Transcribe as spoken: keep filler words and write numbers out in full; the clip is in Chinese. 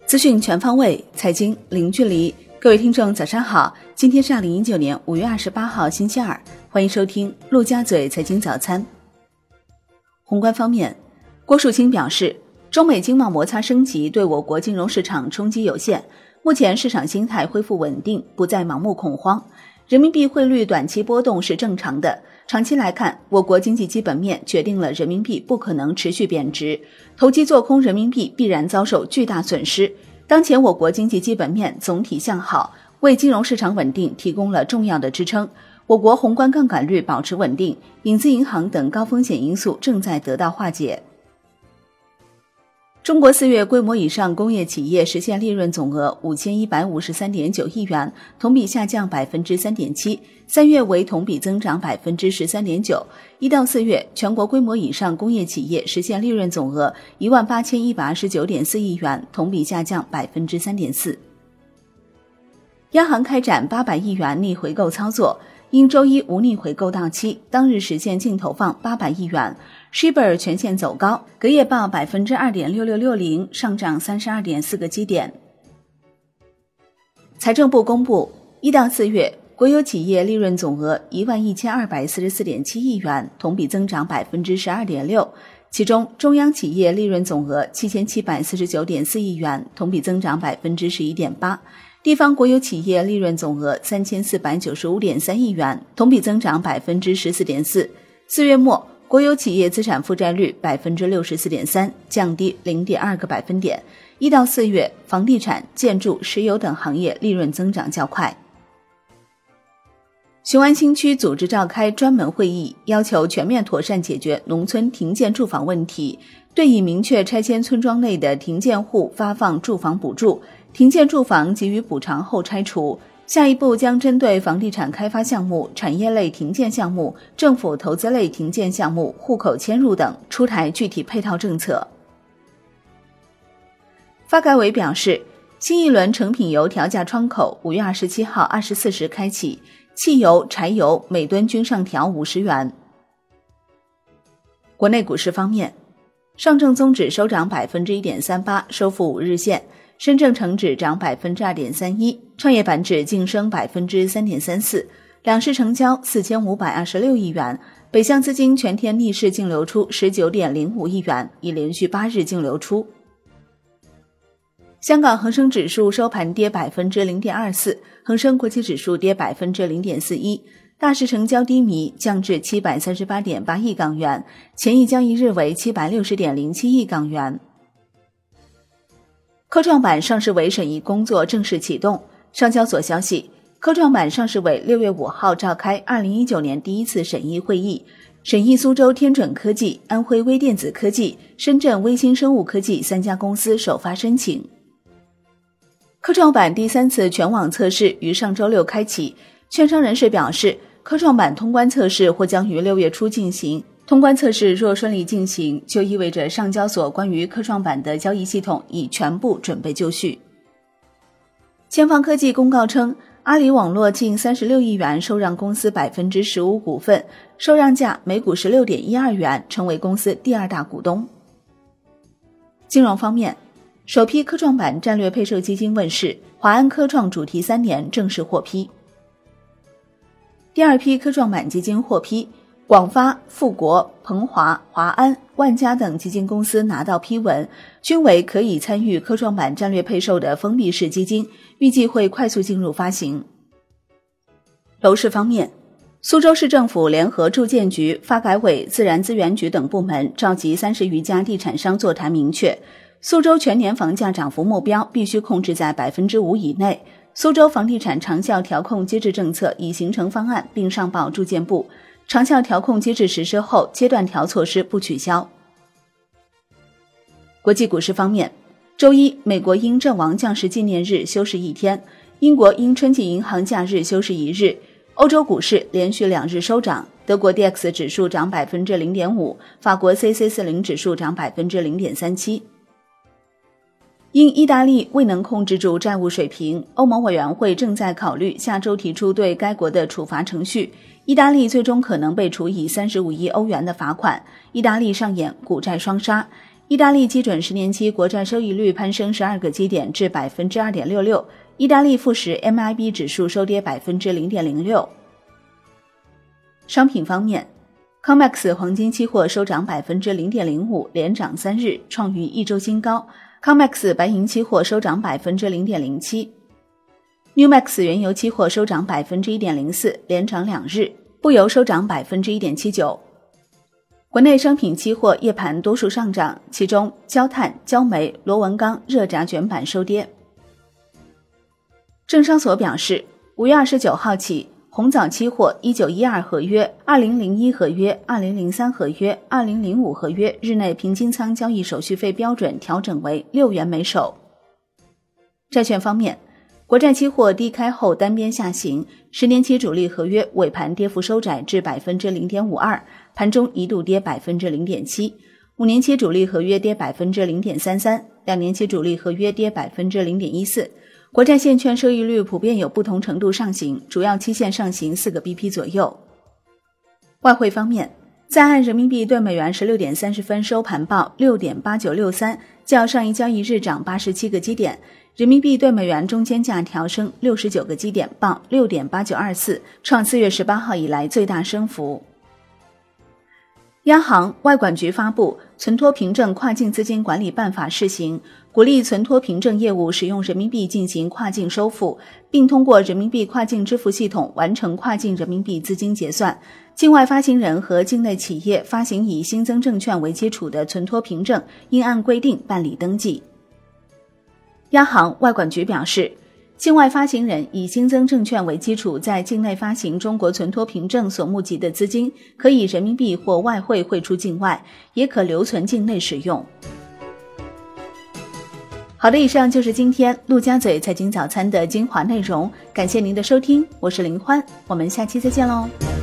资讯全方位，财经零距离。各位听众早上好，今天是二零一九年五月二十八号星期二，欢迎收听陆家嘴财经早餐。宏观方面，郭树清表示，中美经贸摩擦升级对我国金融市场冲击有限，目前市场心态恢复稳定，不再盲目恐慌，人民币汇率短期波动是正常的。长期来看，我国经济基本面决定了人民币不可能持续贬值，投机做空人民币必然遭受巨大损失。当前我国经济基本面总体向好，为金融市场稳定提供了重要的支撑。我国宏观杠杆率保持稳定，影子银行等高风险因素正在得到化解。中国四月规模以上工业企业实现利润总额五千一百五十三点九亿元，同比下降百分之三点七，三月为同比增长百分之十三点九。一到四月，全国规模以上工业企业实现利润总额一万八千一百二十九点四亿元，同比下降百分之三点四。央行开展八百亿元逆回购操作，因周一无逆回购到期，当日实现净投放八百亿元。S H I B R 全线走高，隔夜报 百分之二点六六六零， 上涨 三十二点四个基点。财政部公布，一到四月国有企业利润总额一万一千二百四十四点七亿元，同比增长 百分之十二点六， 其中中央企业利润总额七千七百四十九点四亿元，同比增长 百分之十一点八， 地方国有企业利润总额三千四百九十五点三亿元，同比增长 百分之十四点四。 四月末国有企业资产负债率 百分之六十四点三， 降低 零点二个百分点。一到四月，房地产、建筑、石油等行业利润增长较快。雄安新区组织召开专门会议，要求全面妥善解决农村停建住房问题，对已明确拆迁村庄内的停建户发放住房补助，停建住房给予补偿后拆除。下一步将针对房地产开发项目、产业类停建项目、政府投资类停建项目、户口迁入等出台具体配套政策。发改委表示，新一轮成品油调价窗口五月二十七号二十四时开启，汽油、柴油每吨均上调五十元。国内股市方面，上证综指收涨 百分之一点三八， 收复五日线，深证成指涨 百分之二点三一， 创业板指净升 百分之三点三四， 两市成交四千五百二十六亿元，北向资金全天逆势净流出 十九点零五亿元，已连续八日净流出。香港恒生指数收盘跌 百分之零点二四， 恒生国际指数跌 百分之零点四一， 大市成交低迷，降至七百三十八点八亿港元，前一交易日为七百六十点零七亿港元。科创板上市委审议工作正式启动。上交所消息，科创板上市委六月五号召开二零一九年第一次审议会议，审议苏州天准科技、安徽微电子科技、深圳微星生物科技三家公司首发申请。科创板第三次全网测试于上周六开启，券商人士表示，科创板通关测试或将于六月初进行。通关测试若顺利进行，就意味着上交所关于科创板的交易系统已全部准备就绪。千方科技公告称，阿里网络近三十六亿元收让公司 百分之十五 股份，收让价每股 十六点一二元，成为公司第二大股东。金融方面，首批科创板战略配售基金问世，华安科创主题三年正式获批。第二批科创板基金获批，广发、富国、鹏华、华安、万家等基金公司拿到批文，均为可以参与科创板战略配售的封闭式基金，预计会快速进入发行。楼市方面，苏州市政府联合住建局、发改委、自然资源局等部门召集三十余家地产商座谈，明确苏州全年房价涨幅目标必须控制在 百分之五 以内。苏州房地产长效调控机制政策已形成方案，并上报住建部。长效调控机制实施后，阶段调措施不取消。国际股市方面，周一，美国因阵亡将士纪念日休市一天，英国因春季银行假日休市一日。欧洲股市连续两日收涨，德国 D X 指数涨 百分之零点五， 法国 C C 四十 指数涨 百分之零点三七。因意大利未能控制住债务水平，欧盟委员会正在考虑下周提出对该国的处罚程序，意大利最终可能被处以三十五亿欧元的罚款，意大利上演股债双杀。 意大利基准十年期国债收益率攀升十二个基点至 百分之二点六六， 意大利富时 M I B 指数收跌 百分之零点零六。 商品方面， C O M E X 黄金期货收涨 百分之零点零五， 连涨三日，创逾一周新高。 C O M E X 白银期货收涨 百分之零点零七， N E W M E X 原油期货收涨 百分之一点零四， 连涨两日，布油收涨 百分之一点七九。国内商品期货夜盘多数上涨，其中焦炭、焦煤、螺纹钢、热轧卷板收跌。证商所表示，五月二十九号起，红枣期货一九一二合约、二零零一合约、二零零三合约、二零零五合约日内平均仓交易手续费标准调整为六元每手。债券方面，国债期货低开后单边下行，十年期主力合约尾盘跌幅收窄至 百分之零点五二， 盘中一度跌 百分之零点七， 五年期主力合约跌 百分之零点三三， 两年期主力合约跌 百分之零点一四。 国债现券收益率普遍有不同程度上行，主要期限上行四个 B P 左右。外汇方面，在岸人民币对美元十六点三十分收盘报 六点八九六三， 较上一交易日涨八十七个基点，人民币对美元中间价调升六十九个基点，报 六点八九二四， 创四月十八号以来最大升幅。央行、外管局发布《存托凭证跨境资金管理办法》试行，鼓励存托凭证业务使用人民币进行跨境收付，并通过人民币跨境支付系统完成跨境人民币资金结算。境外发行人和境内企业发行以新增证券为基础的存托凭证，应按规定办理登记。央行、外管局表示，境外发行人以新增证券为基础在境内发行中国存托凭证所募集的资金，可以人民币或外汇汇出境外，也可留存境内使用。好的，以上就是今天陆家嘴财经早餐的精华内容，感谢您的收听，我是林欢，我们下期再见喽。